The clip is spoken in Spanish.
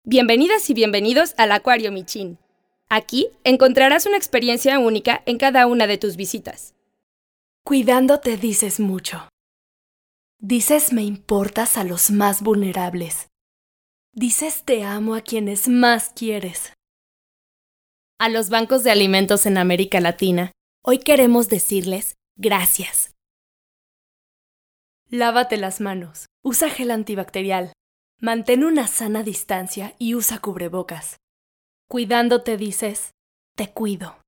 Bienvenidas y bienvenidos al Acuario Michin. Aquí encontrarás una experiencia única en cada una de tus visitas. Cuidándote dices mucho. Dices me importas a los más vulnerables. Dices te amo a quienes más quieres. A los bancos de alimentos en América Latina, hoy queremos decirles gracias. Lávate las manos, usa gel antibacterial, mantén una sana distancia y usa cubrebocas. Cuidándote dices, te cuido.